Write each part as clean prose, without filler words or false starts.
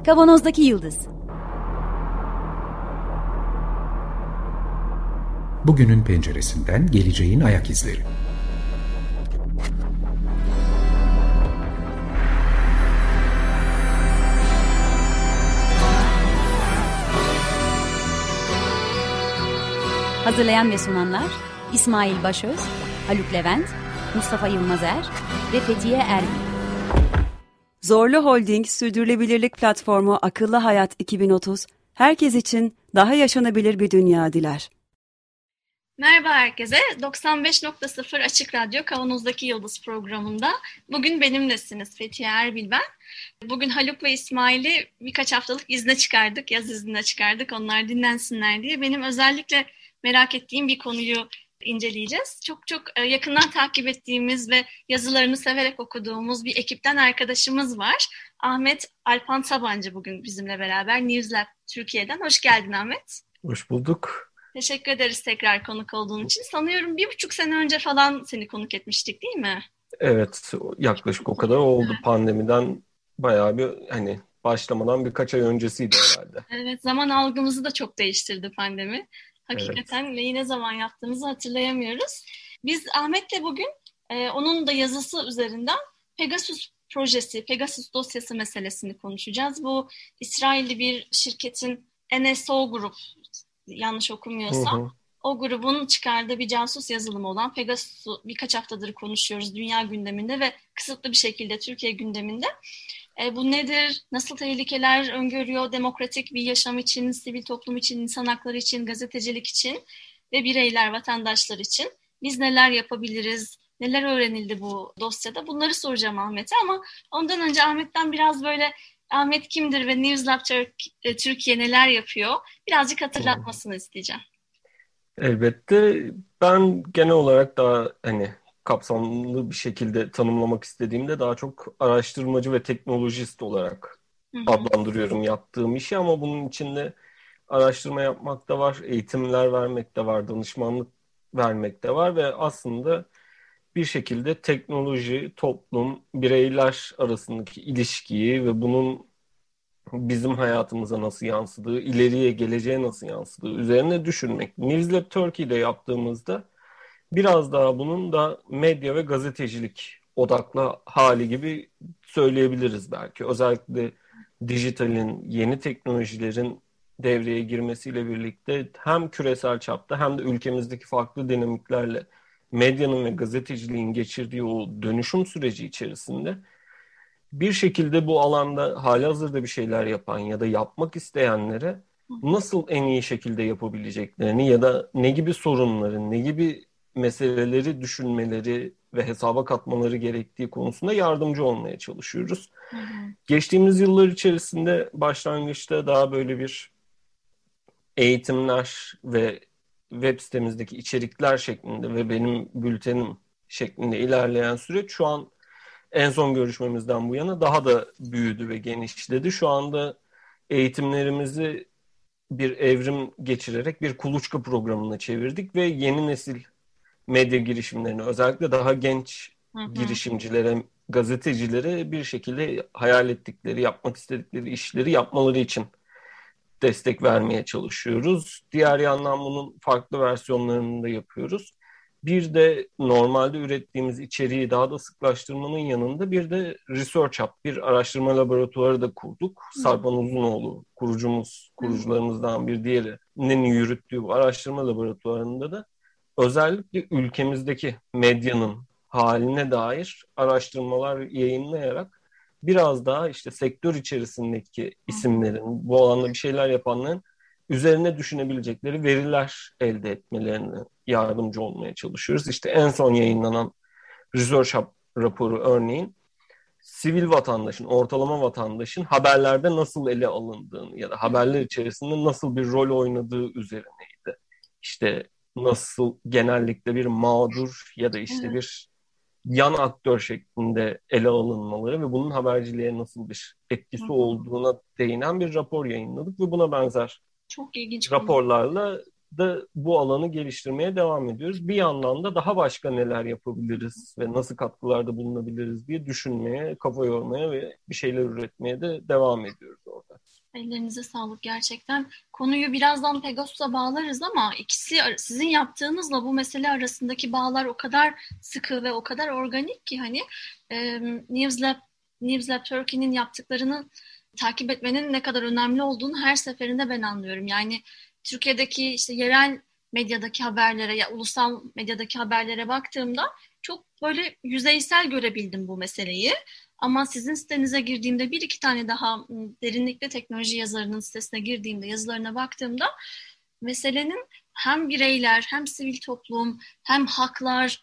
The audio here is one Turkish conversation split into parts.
Kavanozdaki Yıldız. Bugünün penceresinden geleceğin ayak izleri. Hazırlayan ve sunanlar İsmail Başöz, Haluk Levent, Mustafa Yılmazer ve Fethiye Erbil. Zorlu Holding Sürdürülebilirlik Platformu Akıllı Hayat 2030, herkes için daha yaşanabilir bir dünya diler. Merhaba herkese. 95.0 Açık Radyo Kavanozdaki Yıldız programında bugün benimlesiniz. Fethiye Erbil ben. Bugün Haluk ve İsmail'i birkaç haftalık izne çıkardık, yaz iznine çıkardık. Onlar dinlensinler diye. Benim özellikle merak ettiğim bir konuyu inceleyeceğiz. Çok yakından takip ettiğimiz ve yazılarını severek okuduğumuz bir ekipten arkadaşımız var. Ahmet Alpan Sabancı bugün bizimle beraber Newslab Türkiye'den. Hoş geldin Ahmet. Hoş bulduk. Teşekkür ederiz tekrar konuk olduğun için. Sanıyorum 1,5 sene önce falan seni konuk etmiştik değil mi? Evet, yaklaşık o kadar oldu. Pandemiden bayağı bir başlamadan birkaç ay öncesiydi herhalde. Evet, zaman algımızı da çok değiştirdi pandemi. Hakikaten neyi ne zaman yaptığımızı hatırlayamıyoruz. Biz Ahmet'le bugün onun da yazısı üzerinden Pegasus projesi, Pegasus dosyası meselesini konuşacağız. Bu İsrailli bir şirketin NSO Group, yanlış okumuyorsam, o grubun çıkardığı bir casus yazılımı olan Pegasus'u birkaç haftadır konuşuyoruz dünya gündeminde ve kısıtlı bir şekilde Türkiye gündeminde. Bu nedir? Nasıl tehlikeler öngörüyor? Demokratik bir yaşam için, sivil toplum için, insan hakları için, gazetecilik için ve bireyler, vatandaşlar için biz neler yapabiliriz? Neler öğrenildi bu dosyada? Bunları soracağım Ahmet'e ama ondan önce Ahmet'ten biraz böyle Ahmet kimdir ve Newslab Türkiye neler yapıyor? Birazcık hatırlatmasını isteyeceğim. Elbette. Ben genel olarak daha kapsamlı bir şekilde tanımlamak istediğimde daha çok araştırmacı ve teknolojist olarak adlandırıyorum yaptığım işi, ama bunun içinde araştırma yapmak da var, eğitimler vermek de var, danışmanlık vermek de var ve aslında bir şekilde teknoloji, toplum, bireyler arasındaki ilişkiyi ve bunun bizim hayatımıza nasıl yansıdığı, ileriye, geleceğe nasıl yansıdığı üzerine düşünmek. Newslab Turkey'de yaptığımızda biraz daha bunun da medya ve gazetecilik odaklı hali gibi söyleyebiliriz belki. Özellikle dijitalin, yeni teknolojilerin devreye girmesiyle birlikte hem küresel çapta hem de ülkemizdeki farklı dinamiklerle medyanın ve gazeteciliğin geçirdiği o dönüşüm süreci içerisinde bir şekilde bu alanda halihazırda bir şeyler yapan ya da yapmak isteyenlere nasıl en iyi şekilde yapabileceklerini ya da ne gibi sorunların, ne gibi meseleleri düşünmeleri ve hesaba katmaları gerektiği konusunda yardımcı olmaya çalışıyoruz. Geçtiğimiz yıllar içerisinde başlangıçta daha böyle bir eğitimler ve web sitemizdeki içerikler şeklinde ve benim bültenim şeklinde ilerleyen süreç şu an en son görüşmemizden bu yana daha da büyüdü ve genişledi. Şu anda eğitimlerimizi bir evrim geçirerek bir kuluçka programına çevirdik ve yeni nesil medya girişimlerini, özellikle daha genç girişimcilere, gazetecilere bir şekilde hayal ettikleri, yapmak istedikleri işleri yapmaları için destek vermeye çalışıyoruz. Diğer yandan bunun farklı versiyonlarını da yapıyoruz. Bir de normalde ürettiğimiz içeriği daha da sıklaştırmanın yanında bir de Research Hub, bir araştırma laboratuvarı da kurduk. Sarpan Uzunoğlu, kurucularımızdan bir diğerinin yürüttüğü bu araştırma laboratuvarında da özellikle ülkemizdeki medyanın haline dair araştırmalar yayınlayarak biraz daha sektör içerisindeki isimlerin, bu alanda bir şeyler yapanların üzerine düşünebilecekleri veriler elde etmelerine yardımcı olmaya çalışıyoruz. En son yayınlanan Research Hub raporu örneğin sivil vatandaşın, ortalama vatandaşın haberlerde nasıl ele alındığını ya da haberler içerisinde nasıl bir rol oynadığı üzerineydi. Nasıl genellikle bir mağdur ya da bir yan aktör şeklinde ele alınmaları ve bunun haberciliğe nasıl bir etkisi olduğuna değinen bir rapor yayınladık ve buna benzer çok ilginç raporlarla da bu alanı geliştirmeye devam ediyoruz. Bir yandan da daha başka neler yapabiliriz ve nasıl katkılarda bulunabiliriz diye düşünmeye, kafa yormaya ve bir şeyler üretmeye de devam ediyoruz orada. Ellerinize sağlık gerçekten. Konuyu birazdan Pegasus'a bağlarız ama ikisi sizin yaptığınızla bu mesele arasındaki bağlar o kadar sıkı ve o kadar organik ki hani News Lab Turkey'nin yaptıklarını takip etmenin ne kadar önemli olduğunu her seferinde ben anlıyorum. Yani Türkiye'deki işte yerel medyadaki haberlere ya ulusal medyadaki haberlere baktığımda çok böyle yüzeysel görebildim bu meseleyi. Ama sizin sitenize girdiğimde bir iki tane daha derinlikli teknoloji yazarının sitesine girdiğimde yazılarına baktığımda meselenin hem bireyler hem sivil toplum hem haklar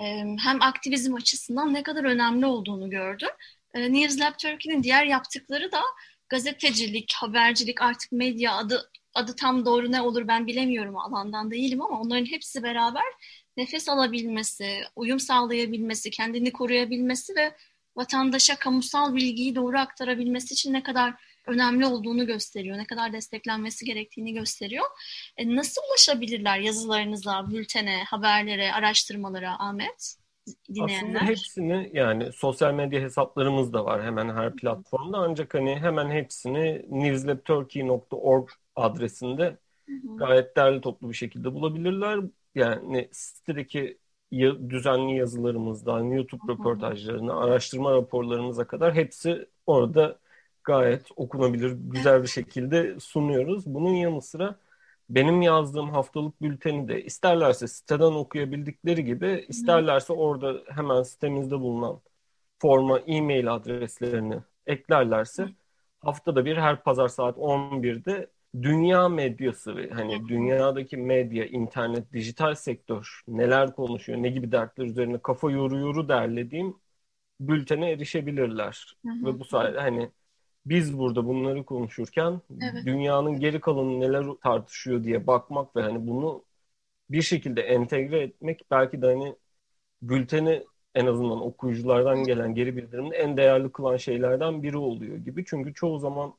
hem aktivizm açısından ne kadar önemli olduğunu gördüm. News Lab Turkey'nin diğer yaptıkları da gazetecilik, habercilik, artık medya adı tam doğru ne olur ben bilemiyorum, alandan değilim ama onların hepsi beraber nefes alabilmesi, uyum sağlayabilmesi, kendini koruyabilmesi ve vatandaşa kamusal bilgiyi doğru aktarabilmesi için ne kadar önemli olduğunu gösteriyor, ne kadar desteklenmesi gerektiğini gösteriyor. Nasıl ulaşabilirler yazılarınıza, bültene, haberlere, araştırmalara Ahmet? Dinleyenler. Aslında hepsini, yani sosyal medya hesaplarımız da var hemen her platformda, ancak hani hemen hepsini newslabturkey.org adresinde gayet derli toplu bir şekilde bulabilirler. Yani sitedeki düzenli yazılarımızdan YouTube röportajlarına, araştırma raporlarımıza kadar hepsi orada gayet okunabilir, güzel bir şekilde sunuyoruz. Bunun yanı sıra benim yazdığım haftalık bülteni de isterlerse siteden okuyabildikleri gibi, isterlerse orada hemen sitemizde bulunan forma e-mail adreslerini eklerlerse haftada bir her pazar saat 11'de dünya medyası ve hani dünyadaki medya, internet, dijital sektör neler konuşuyor, ne gibi dertler üzerine kafa yoru derlediğim bültene erişebilirler. Ve bu sayede hani biz burada bunları konuşurken dünyanın geri kalanı neler tartışıyor diye bakmak ve hani bunu bir şekilde entegre etmek belki de hani bülteni en azından okuyuculardan gelen geri bildirimde en değerli kılan şeylerden biri oluyor gibi. Çünkü çoğu zaman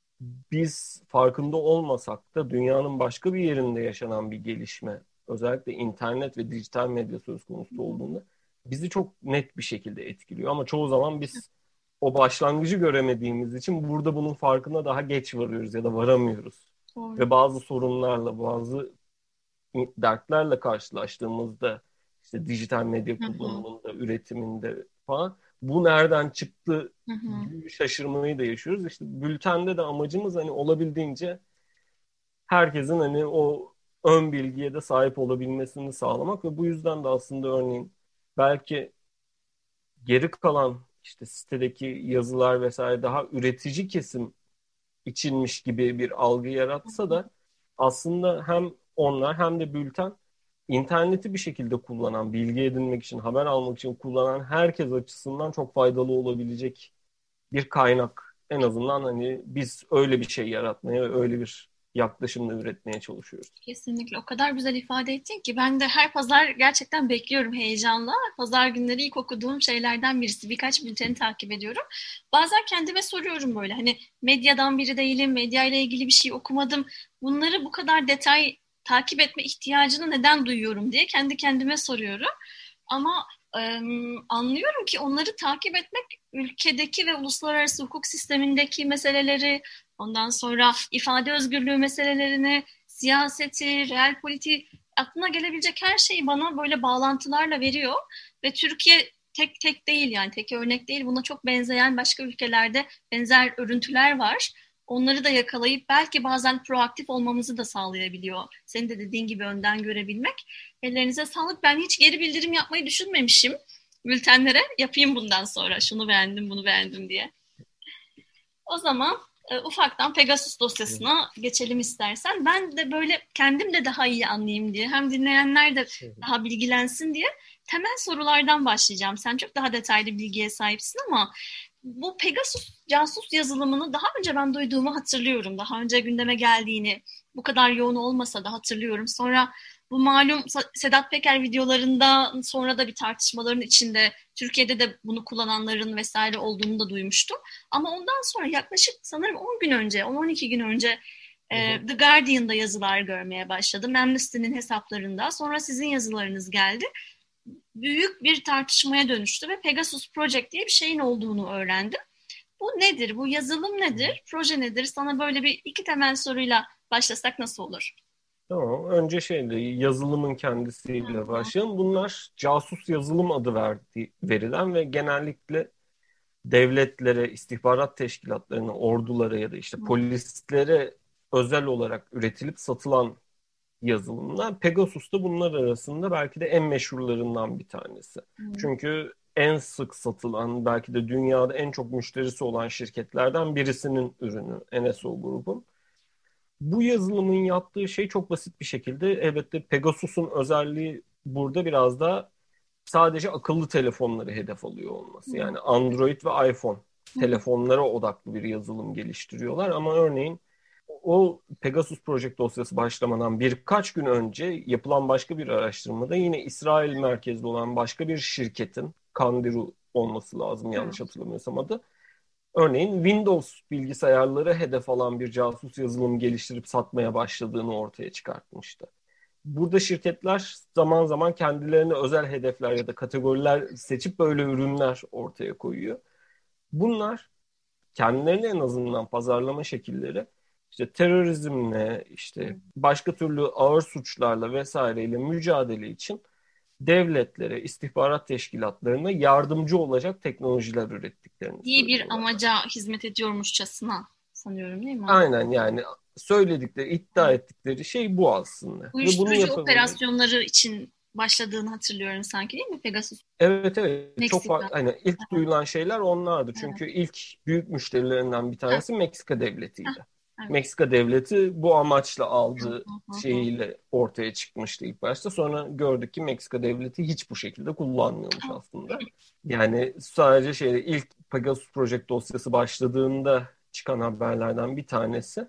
biz farkında olmasak da dünyanın başka bir yerinde yaşanan bir gelişme, özellikle internet ve dijital medya söz konusu olduğunda bizi çok net bir şekilde etkiliyor. Ama çoğu zaman biz o başlangıcı göremediğimiz için burada bunun farkına daha geç varıyoruz ya da varamıyoruz. Doğru. Ve bazı sorunlarla, bazı dertlerle karşılaştığımızda işte dijital medya kullanımında, üretiminde falan bu nereden çıktı gibi şaşırmayı da yaşıyoruz. İşte bültende de amacımız hani olabildiğince herkesin hani o ön bilgiye de sahip olabilmesini sağlamak ve bu yüzden de aslında örneğin belki geri kalan işte sitedeki yazılar vesaire daha üretici kesim içinmiş gibi bir algı yaratsa da aslında hem onlar hem de bülten interneti bir şekilde kullanan, bilgi edinmek için, haber almak için kullanan herkes açısından çok faydalı olabilecek bir kaynak. En azından hani biz öyle bir şey yaratmaya ve öyle bir yaklaşımla üretmeye çalışıyoruz. Kesinlikle. O kadar güzel ifade ettin ki ben de her pazar gerçekten bekliyorum heyecanla. Pazar günleri ilk okuduğum şeylerden birisi. Birkaç bülteni takip ediyorum. Bazen kendime soruyorum böyle hani medyadan biri değilim, medyayla ilgili bir şey okumadım. Bunları bu kadar detay takip etme ihtiyacını neden duyuyorum diye kendi kendime soruyorum. Ama anlıyorum ki onları takip etmek ülkedeki ve uluslararası hukuk sistemindeki meseleleri, ondan sonra ifade özgürlüğü meselelerini, siyaseti, real politiği, aklına gelebilecek her şeyi bana böyle bağlantılarla veriyor. Ve Türkiye tek değil, yani tek örnek değil. Buna çok benzeyen başka ülkelerde benzer örüntüler var. Onları da yakalayıp belki bazen proaktif olmamızı da sağlayabiliyor. Senin de dediğin gibi önden görebilmek. Ellerinize sağlık. Ben hiç geri bildirim yapmayı düşünmemişim bültenlere. Yapayım bundan sonra. Şunu beğendim, bunu beğendim diye. O zaman ufaktan Pegasus dosyasına geçelim istersen. Ben de böyle kendim de daha iyi anlayayım diye, hem dinleyenler de daha bilgilensin diye temel sorulardan başlayacağım. Sen çok daha detaylı bilgiye sahipsin ama bu Pegasus casus yazılımını daha önce ben duyduğumu hatırlıyorum. Daha önce gündeme geldiğini, bu kadar yoğun olmasa da hatırlıyorum. Sonra bu malum Sedat Peker videolarında sonra da bir tartışmaların içinde Türkiye'de de bunu kullananların vesaire olduğunu da duymuştum. Ama ondan sonra yaklaşık sanırım 10 gün önce, 10-12 gün önce The Guardian'da yazılar görmeye başladım. Amnesty'nin hesaplarında. Sonra sizin yazılarınız geldi. Büyük bir tartışmaya dönüştü ve Pegasus Project diye bir şeyin olduğunu öğrendim. Bu nedir? Bu yazılım nedir? Proje nedir? Sana böyle iki temel soruyla başlasak nasıl olur? Tamam. Önce yazılımın kendisiyle başlayalım. Bunlar casus yazılım adı verilen ve genellikle devletlere, istihbarat teşkilatlarına, ordulara ya da işte polislere özel olarak üretilip satılan yazılımlar. Pegasus da bunlar arasında belki de en meşhurlarından bir tanesi. Çünkü en sık satılan, belki de dünyada en çok müşterisi olan şirketlerden birisinin ürünü NSO grubun. Bu yazılımın yaptığı şey çok basit bir şekilde, elbette Pegasus'un özelliği burada biraz da sadece akıllı telefonları hedef alıyor olması. Yani Android ve iPhone telefonlara odaklı bir yazılım geliştiriyorlar ama örneğin o Pegasus Project dosyası başlamadan birkaç gün önce yapılan başka bir araştırmada yine İsrail merkezli olan başka bir şirketin, Kandiru olması lazım yanlış hatırlamıyorsam adı, örneğin Windows bilgisayarları hedef alan bir casus yazılım geliştirip satmaya başladığını ortaya çıkartmıştı. Burada şirketler zaman zaman kendilerine özel hedefler ya da kategoriler seçip böyle ürünler ortaya koyuyor. Bunlar kendilerine en azından pazarlama şekilleri işte terörizmle, işte başka türlü ağır suçlarla vesaireyle mücadele için devletlere, istihbarat teşkilatlarına yardımcı olacak teknolojiler ürettiklerini İyi bir söylüyorlar. amaca hizmet ediyormuşçasına sanıyorum, değil mi? Aynen, yani söyledikleri, iddia ettikleri şey bu aslında. Uyuşturucu operasyonları için başladığını hatırlıyorum sanki, değil mi Pegasus? Evet. Meksika. Çok farklı. Hani ilk duyulan şeyler onlardı. Çünkü ilk büyük müşterilerinden bir tanesi Meksika devletiydi. Evet. Meksika devleti bu amaçla aldığı şeyiyle ortaya çıkmıştı ilk başta. Sonra gördük ki Meksika devleti hiç bu şekilde kullanmıyormuş aslında. Yani sadece ilk Pegasus Project dosyası başladığında çıkan haberlerden bir tanesi,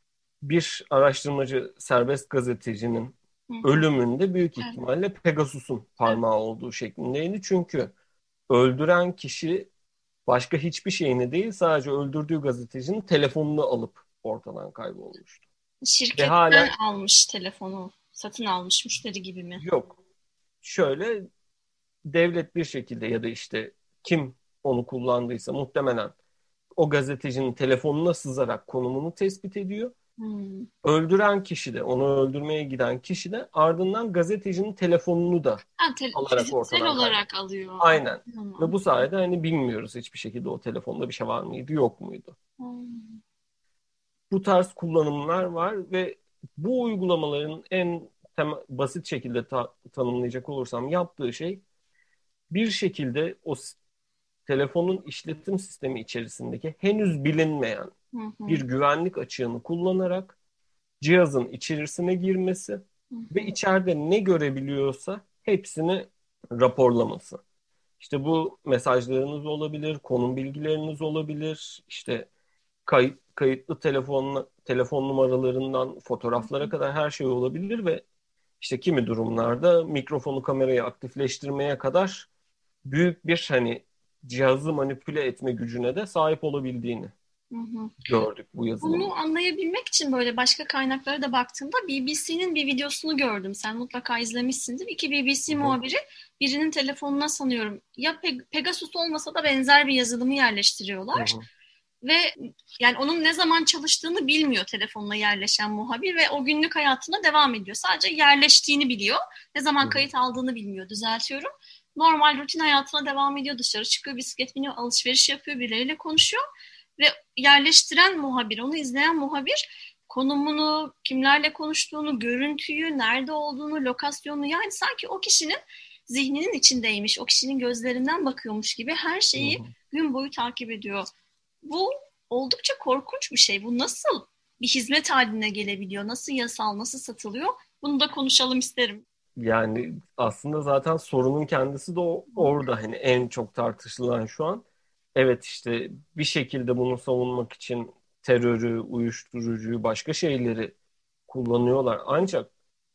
bir araştırmacı serbest gazetecinin ölümünde büyük ihtimalle Pegasus'un parmağı olduğu şeklindeydi. Çünkü öldüren kişi başka hiçbir şeyini değil, sadece öldürdüğü gazetecinin telefonunu alıp ortadan kaybolmuştu. Şirketten almış telefonu, satın almış müşteri gibi mi? Yok. Şöyle, devlet bir şekilde ya da işte kim onu kullandıysa muhtemelen o gazetecinin telefonuna sızarak konumunu tespit ediyor. Öldüren kişi de, onu öldürmeye giden kişi de ardından gazetecinin telefonunu da alarak ortadan olarak alıyor. Aynen. Ve bu sayede hani bilmiyoruz hiçbir şekilde o telefonda bir şey var mıydı, yok muydu. Bu tarz kullanımlar var ve bu uygulamaların en basit şekilde tanımlayacak olursam yaptığı şey, bir şekilde o telefonun işletim sistemi içerisindeki henüz bilinmeyen bir güvenlik açığını kullanarak cihazın içerisine girmesi ve içeride ne görebiliyorsa hepsini raporlaması. İşte bu mesajlarınız olabilir, konum bilgileriniz olabilir, işte kayıtlı telefon numaralarından fotoğraflara kadar her şey olabilir ve işte kimi durumlarda mikrofonu, kamerayı aktifleştirmeye kadar büyük bir cihazı manipüle etme gücüne de sahip olabildiğini gördük bu yazılımda. Bunu anlayabilmek için böyle başka kaynaklara da baktığımda BBC'nin bir videosunu gördüm. Sen mutlaka izlemişsindir. İki BBC muhabiri birinin telefonuna sanıyorum ya Pegasus olmasa da benzer bir yazılımı yerleştiriyorlar. Ve yani onun ne zaman çalıştığını bilmiyor telefonla yerleşen muhabir ve o günlük hayatına devam ediyor. Sadece yerleştiğini biliyor. Ne zaman kayıt aldığını bilmiyor. Düzeltiyorum. Normal rutin hayatına devam ediyor. Dışarı çıkıyor, bisiklet biniyor, alışveriş yapıyor, birileriyle konuşuyor. Ve yerleştiren muhabir, onu izleyen muhabir konumunu, kimlerle konuştuğunu, görüntüyü, nerede olduğunu, lokasyonu, yani sanki o kişinin zihninin içindeymiş, o kişinin gözlerinden bakıyormuş gibi her şeyi gün boyu takip ediyor. Bu oldukça korkunç bir şey. Bu nasıl bir hizmet haline gelebiliyor? Nasıl yasal, nasıl satılıyor? Bunu da konuşalım isterim. Yani aslında zaten sorunun kendisi de orada en çok tartışılan şu an. Evet, işte bir şekilde bunu savunmak için terörü, uyuşturucuyu, başka şeyleri kullanıyorlar. Ancak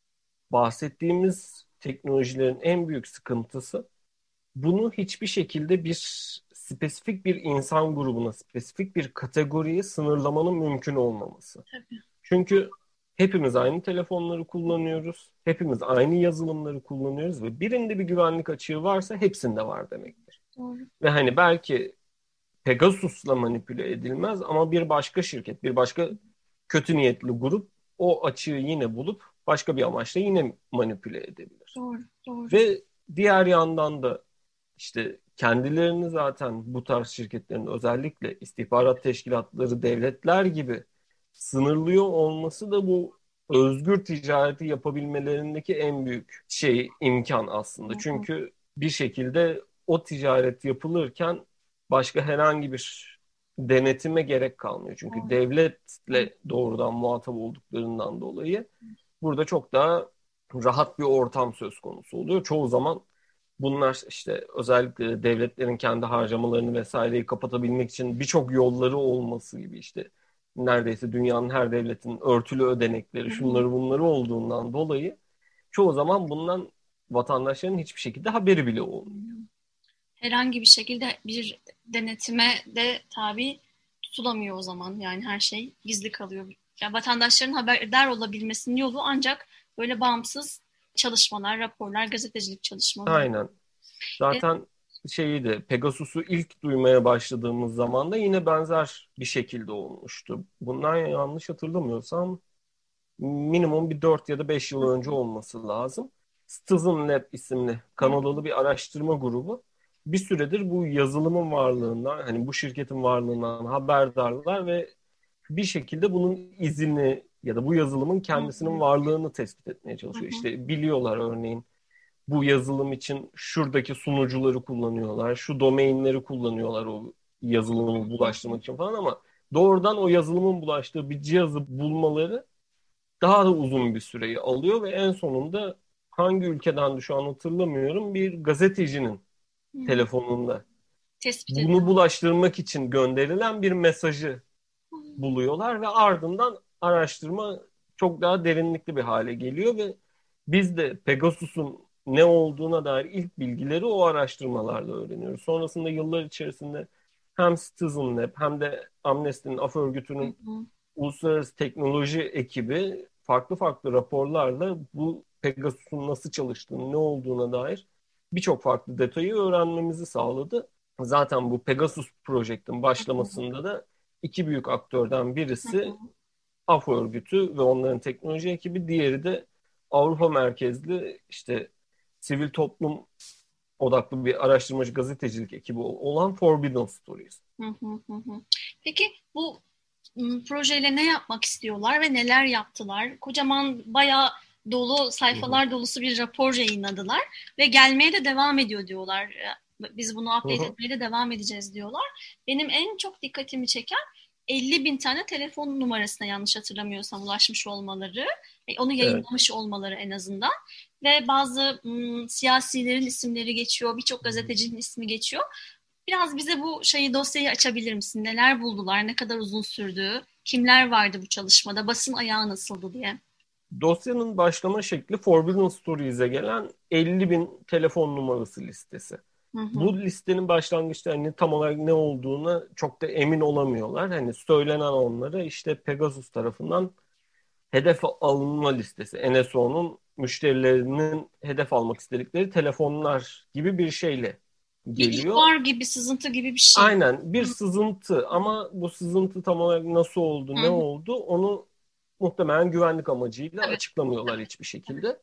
bahsettiğimiz teknolojilerin en büyük sıkıntısı, bunu hiçbir şekilde bir spesifik bir insan grubuna, spesifik bir kategoriye sınırlamanın mümkün olmaması. Tabii. Çünkü hepimiz aynı telefonları kullanıyoruz. Hepimiz aynı yazılımları kullanıyoruz ve birinde bir güvenlik açığı varsa hepsinde var demektir. Doğru. Ve hani belki Pegasus'la manipüle edilmez ama bir başka şirket, bir başka kötü niyetli grup o açığı yine bulup başka bir amaçla yine manipüle edebilir. Doğru, doğru. Ve diğer yandan da işte kendilerini zaten bu tarz şirketlerin özellikle istihbarat teşkilatları, devletler gibi sınırlıyor olması da bu özgür ticareti yapabilmelerindeki en büyük imkan aslında. Çünkü bir şekilde o ticaret yapılırken başka herhangi bir denetime gerek kalmıyor. Çünkü devletle doğrudan muhatap olduklarından dolayı burada çok daha rahat bir ortam söz konusu oluyor. Çoğu zaman bunlar işte özellikle devletlerin kendi harcamalarını vesaireyi kapatabilmek için birçok yolları olması gibi işte neredeyse dünyanın her devletinin örtülü ödenekleri, şunları bunları olduğundan dolayı çoğu zaman bundan vatandaşların hiçbir şekilde haberi bile olmuyor. Herhangi bir şekilde bir denetime de tabi tutulamıyor o zaman. Yani her şey gizli kalıyor. Yani vatandaşların haberdar olabilmesinin yolu ancak böyle bağımsız çalışmalar, raporlar, gazetecilik çalışmaları. Aynen. Zaten Pegasus'u ilk duymaya başladığımız zaman da yine benzer bir şekilde olmuştu. Bundan yanlış hatırlamıyorsam minimum bir 4 ya da 5 yıl önce olması lazım. Citizen Lab isimli Kanadalı bir araştırma grubu bir süredir bu yazılımın varlığından, hani bu şirketin varlığından haberdarlar ve bir şekilde bunun izini ya da bu yazılımın kendisinin varlığını tespit etmeye çalışıyor. İşte biliyorlar örneğin bu yazılım için şuradaki sunucuları kullanıyorlar, şu domainleri kullanıyorlar o yazılımı bulaştırmak için falan ama doğrudan o yazılımın bulaştığı bir cihazı bulmaları daha da uzun bir süreyi alıyor ve en sonunda hangi ülkeden şu an hatırlamıyorum bir gazetecinin telefonunda bunu bulaştırmak için gönderilen bir mesajı buluyorlar ve ardından araştırma çok daha derinlikli bir hale geliyor ve biz de Pegasus'un ne olduğuna dair ilk bilgileri o araştırmalarla öğreniyoruz. Sonrasında yıllar içerisinde hem Citizen Lab hem de Amnesty'nin Af Örgütü'nün uluslararası teknoloji ekibi farklı farklı raporlarla bu Pegasus'un nasıl çalıştığını, ne olduğuna dair birçok farklı detayı öğrenmemizi sağladı. Zaten bu Pegasus Project'in başlamasında da iki büyük aktörden birisi Af Örgütü ve onların teknoloji ekibi, diğeri de Avrupa merkezli işte sivil toplum odaklı bir araştırmacı gazetecilik ekibi olan Forbidden Stories. Peki bu projeyle ne yapmak istiyorlar ve neler yaptılar? Kocaman bayağı dolu sayfalar dolusu bir rapor yayınladılar ve gelmeye de devam ediyor diyorlar. Biz bunu update etmeye de devam edeceğiz diyorlar. Benim en çok dikkatimi çeken 50.000 tane telefon numarasına yanlış hatırlamıyorsam ulaşmış olmaları, onu yayınlamış olmaları en azından ve bazı siyasilerin isimleri geçiyor, birçok gazetecinin ismi geçiyor. Biraz bize bu dosyayı açabilir misin? Neler buldular, ne kadar uzun sürdü, kimler vardı bu çalışmada, basın ayağı nasıldı diye. Dosyanın başlama şekli Forbidden Stories'e gelen 50.000 telefon numarası listesi. Bu listenin başlangıçta hani tam olarak ne olduğunu çok da emin olamıyorlar. Hani söylenen onlara işte Pegasus tarafından hedef alınma listesi. NSO'nun müşterilerinin hedef almak istedikleri telefonlar gibi bir şeyle geliyor. Bir ihbar gibi, sızıntı gibi bir şey. Aynen, bir sızıntı ama bu sızıntı tam olarak nasıl oldu, ne oldu onu muhtemelen güvenlik amacıyla açıklamıyorlar hiçbir şekilde.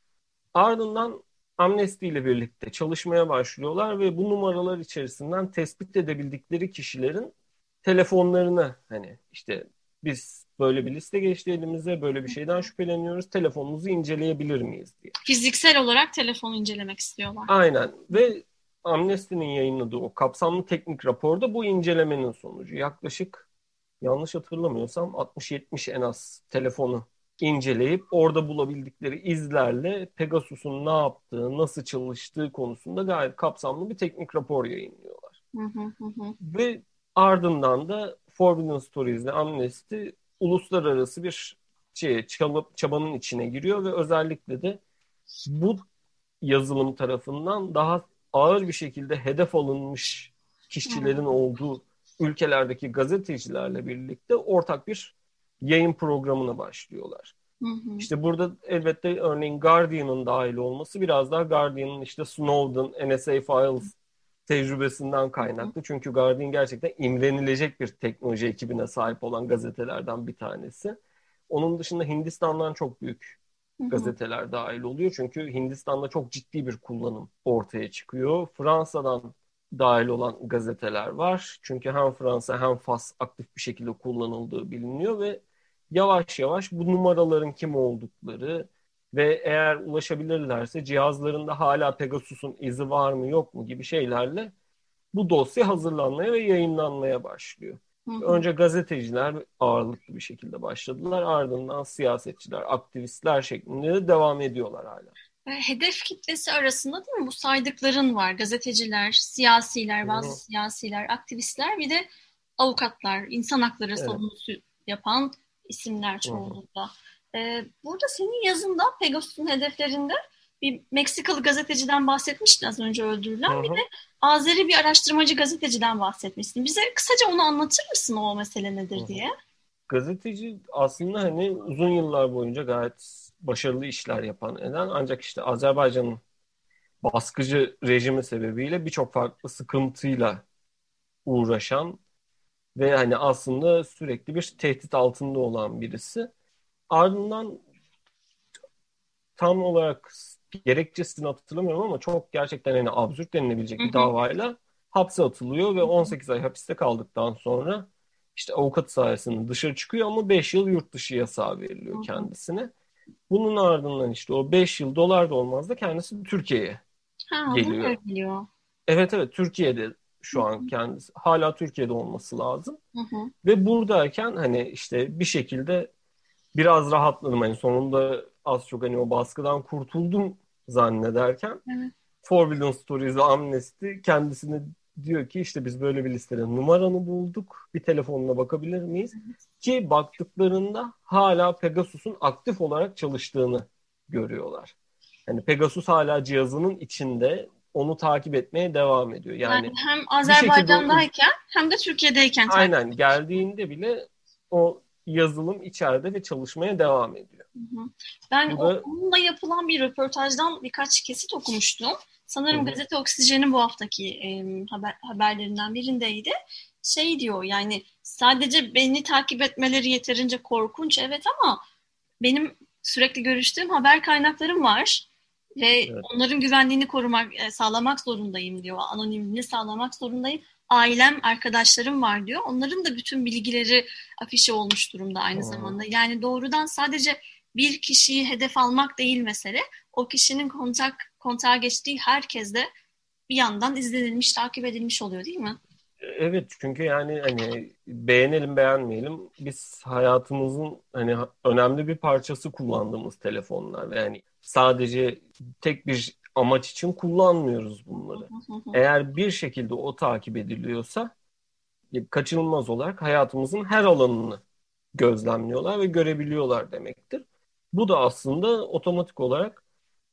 Ardından Amnesty ile birlikte çalışmaya başlıyorlar ve bu numaralar içerisinden tespit edebildikleri kişilerin telefonlarını hani işte biz böyle bir liste geçti elimize, böyle bir şeyden şüpheleniyoruz, telefonunuzu inceleyebilir miyiz diye. Fiziksel olarak telefonu incelemek istiyorlar. Aynen ve Amnesty'nin yayınladığı o kapsamlı teknik raporda bu incelemenin sonucu. Yaklaşık yanlış hatırlamıyorsam 60-70 en az telefonu inceleyip orada bulabildikleri izlerle Pegasus'un ne yaptığı, nasıl çalıştığı konusunda gayet kapsamlı bir teknik rapor yayınlıyorlar. Ve ardından da Forbidden Stories'le Amnesty uluslararası bir çabanın içine giriyor ve özellikle de bu yazılım tarafından daha ağır bir şekilde hedef alınmış kişilerin olduğu ülkelerdeki gazetecilerle birlikte ortak bir yayın programına başlıyorlar. İşte burada elbette örneğin Guardian'ın dahil olması biraz daha Guardian'ın işte Snowden, NSA Files tecrübesinden kaynaklı. Çünkü Guardian gerçekten imrenilecek bir teknoloji ekibine sahip olan gazetelerden bir tanesi. Onun dışında Hindistan'dan çok büyük gazeteler dahil oluyor. Çünkü Hindistan'da çok ciddi bir kullanım ortaya çıkıyor. Fransa'dan dahil olan gazeteler var. Çünkü hem Fransa hem Fas aktif bir şekilde kullanıldığı biliniyor ve yavaş yavaş bu numaraların kim oldukları ve eğer ulaşabilirlerse cihazlarında hala Pegasus'un izi var mı yok mu gibi şeylerle bu dosya hazırlanmaya ve yayınlanmaya başlıyor. Önce gazeteciler ağırlıklı bir şekilde başladılar. Ardından siyasetçiler, aktivistler şeklinde de devam ediyorlar hala. Hedef kitlesi arasında değil mi? Bu saydıkların var. Gazeteciler, siyasiler, bazı siyasiler, aktivistler, bir de avukatlar, insan hakları savunucusu yapan isimler çoğunlukla. Burada senin yazında Pegasus'un hedeflerinde bir Meksikalı gazeteciden bahsetmiştin az önce öldürülen. Bir de Azeri bir araştırmacı gazeteciden bahsetmiştin. Bize kısaca onu anlatır mısın, o mesele nedir diye? Gazeteci aslında hani uzun yıllar boyunca gayet başarılı işler yapan eden, ancak işte Azerbaycan'ın baskıcı rejimi sebebiyle birçok farklı sıkıntıyla uğraşan ve hani aslında sürekli bir tehdit altında olan birisi. Ardından tam olarak gerekçesini hatırlamıyorum ama çok gerçekten hani absürt denilebilecek bir davayla hapse atılıyor ve 18 ay hapiste kaldıktan sonra işte avukat sayesinde dışarı çıkıyor ama 5 yıl yurt dışı yasağı veriliyor kendisine. Bunun ardından işte o 5 yıl dolar da olmaz da kendisi Türkiye'ye geliyor. Evet, Türkiye'de şu an kendisi. Hala Türkiye'de olması lazım. Ve buradayken hani işte bir şekilde biraz rahatladım. Hani sonunda az çok hani o baskıdan kurtuldum zannederken Forbidden Stories ve Amnesty kendisine diyor ki işte biz böyle bir listede numaranı bulduk. Bir telefonuna bakabilir miyiz? Ki baktıklarında hala Pegasus'un aktif olarak çalıştığını görüyorlar. Yani Pegasus hala cihazının içinde, onu takip etmeye devam ediyor. Yani hem Azerbaycan'dayken hem de Türkiye'deyken. Aynen, geldiğinde bile o yazılım içeride ve çalışmaya devam ediyor. Ben onunla yapılan bir röportajdan birkaç kesit okumuştum. Sanırım Gazete Oksijen'in bu haftaki haberlerinden birindeydi. Şey diyor, yani sadece beni takip etmeleri yeterince korkunç, evet, ama benim sürekli görüştüğüm haber kaynaklarım var ve onların güvenliğini sağlamak zorundayım diyor. Anonimliğini sağlamak zorundayım. Ailem, arkadaşlarım var diyor. Onların da bütün bilgileri afişe olmuş durumda aynı zamanda. Yani doğrudan sadece bir kişiyi hedef almak değil mesele. O kişinin kontağa geçtiği herkes de bir yandan izlenilmiş, takip edilmiş oluyor, değil mi? Evet, çünkü yani hani beğenelim beğenmeyelim biz hayatımızın hani önemli bir parçası kullandığımız telefonlar. Yani sadece tek bir amaç için kullanmıyoruz bunları. Eğer bir şekilde o takip ediliyorsa kaçınılmaz olarak hayatımızın her alanını gözlemliyorlar ve görebiliyorlar demektir. Bu da aslında otomatik olarak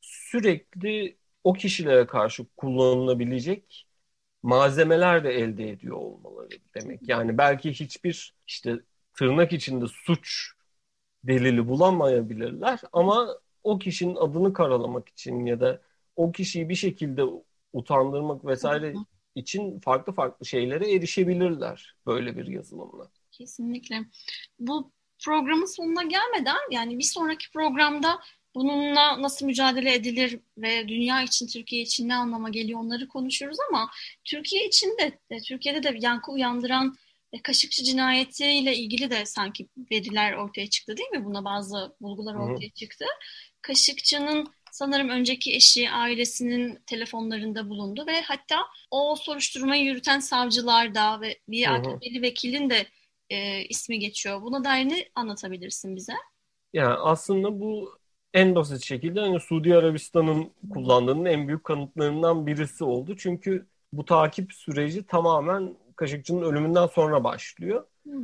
sürekli o kişilere karşı kullanılabilecek malzemeler de elde ediyor olmaları demek. Yani belki hiçbir işte tırnak içinde suç delili bulamayabilirler ama o kişinin adını karalamak için ya da o kişiyi bir şekilde utandırmak vesaire için farklı farklı şeylere erişebilirler böyle bir yazılımla. Kesinlikle. Bu programın sonuna gelmeden, yani bir sonraki programda bununla nasıl mücadele edilir ve dünya için, Türkiye için ne anlama geliyor onları konuşuruz, ama Türkiye için de, Türkiye'de de yankı uyandıran Kaşıkçı cinayetiyle ilgili de sanki veriler ortaya çıktı, değil mi? Buna bazı bulgular ortaya çıktı. Kaşıkçı'nın sanırım önceki eşi ailesinin telefonlarında bulundu ve hatta o soruşturmayı yürüten savcılarda ve bir AKP'li vekilin de ismi geçiyor. Buna dair ne anlatabilirsin bize? Yani aslında bu en basit şekilde hani Suudi Arabistan'ın kullandığının en büyük kanıtlarından birisi oldu. Çünkü bu takip süreci tamamen Kaşıkçı'nın ölümünden sonra başlıyor.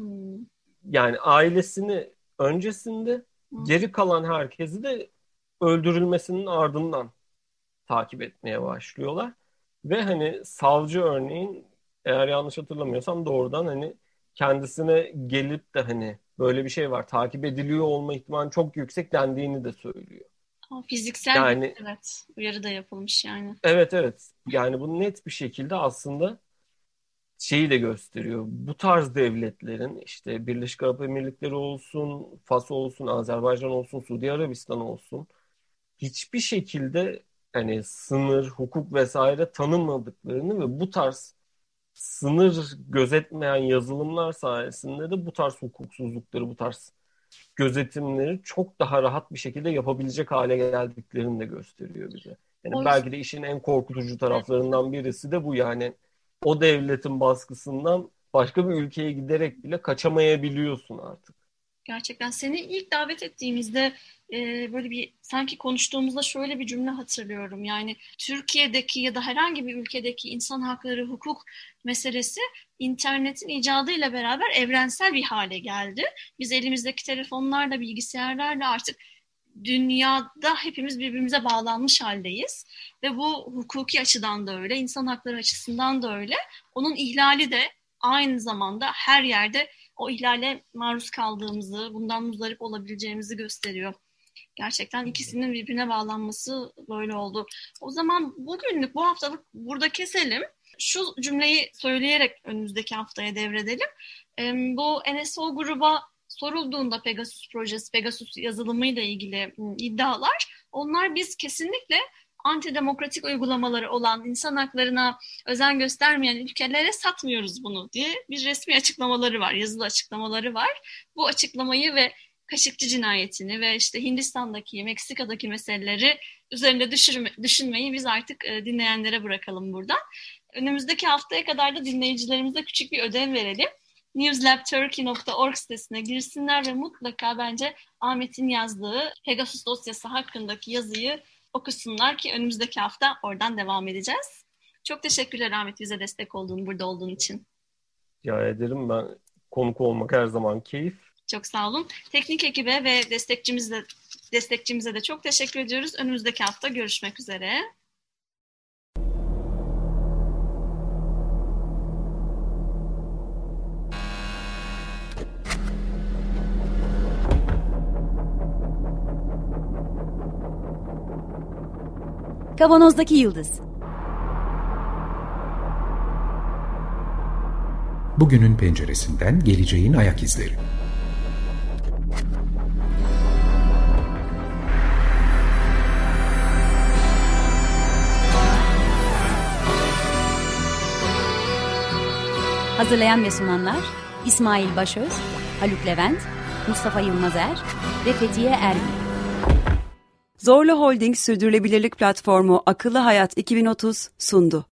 Yani ailesini öncesinde, geri kalan herkesi de öldürülmesinin ardından takip etmeye başlıyorlar. Ve hani savcı örneğin, eğer yanlış hatırlamıyorsam doğrudan hani kendisine gelip de hani böyle bir şey var, takip ediliyor olma ihtimali çok yüksek dendiğini de söylüyor. Fiziksel yani, evet, uyarı da yapılmış yani. Evet. Yani bu net bir şekilde aslında şeyi de gösteriyor. Bu tarz devletlerin işte Birleşik Arap Emirlikleri olsun, Fas olsun, Azerbaycan olsun, Suudi Arabistan olsun hiçbir şekilde hani sınır, hukuk vesaire tanımadıklarını ve bu tarz sınır gözetmeyen yazılımlar sayesinde de bu tarz hukuksuzlukları, bu tarz gözetimleri çok daha rahat bir şekilde yapabilecek hale geldiklerini de gösteriyor bize. Yani belki de işin en korkutucu taraflarından birisi de bu yani. O devletin baskısından başka bir ülkeye giderek bile kaçamayabiliyorsun artık. Gerçekten seni ilk davet ettiğimizde böyle bir sanki konuştuğumuzda şöyle bir cümle hatırlıyorum. Yani Türkiye'deki ya da herhangi bir ülkedeki insan hakları, hukuk meselesi internetin icadıyla beraber evrensel bir hale geldi. Biz elimizdeki telefonlarla, bilgisayarlarla artık dünyada hepimiz birbirimize bağlanmış haldeyiz. Ve bu hukuki açıdan da öyle, insan hakları açısından da öyle. Onun ihlali de aynı zamanda her yerde o ihlale maruz kaldığımızı, bundan muzdarip olabileceğimizi gösteriyor. Gerçekten ikisinin birbirine bağlanması böyle oldu. O zaman bugünlük, bu haftalık burada keselim. Şu cümleyi söyleyerek önümüzdeki haftaya devredelim. Bu NSO gruba sorulduğunda Pegasus projesi, Pegasus yazılımıyla ilgili iddialar, onlar biz kesinlikle antidemokratik uygulamaları olan, insan haklarına özen göstermeyen ülkelere satmıyoruz bunu diye bir resmi açıklamaları var, yazılı açıklamaları var. Bu açıklamayı ve Kaşıkçı cinayetini ve işte Hindistan'daki, Meksika'daki meseleleri üzerinde düşünmeyi biz artık dinleyenlere bırakalım buradan. Önümüzdeki haftaya kadar da dinleyicilerimize küçük bir ödev verelim. newslabturkey.org sitesine girsinler ve mutlaka bence Ahmet'in yazdığı Pegasus dosyası hakkındaki yazıyı okusunlar ki önümüzdeki hafta oradan devam edeceğiz. Çok teşekkürler Ahmet, bize destek olduğun, burada olduğun için. Rica ederim. Ben konuk olmak her zaman keyif. Çok sağ olun. Teknik ekibe ve destekçimize de çok teşekkür ediyoruz. Önümüzdeki hafta görüşmek üzere. Kavanozdaki Yıldız. Bugünün penceresinden geleceğin ayak izleri. Hazırlayan ve sunanlar İsmail Başöz, Haluk Levent, Mustafa Yılmazer ve Fethiye Erbil. Zorlu Holding Sürdürülebilirlik Platformu Akıllı Hayat 2030 sundu.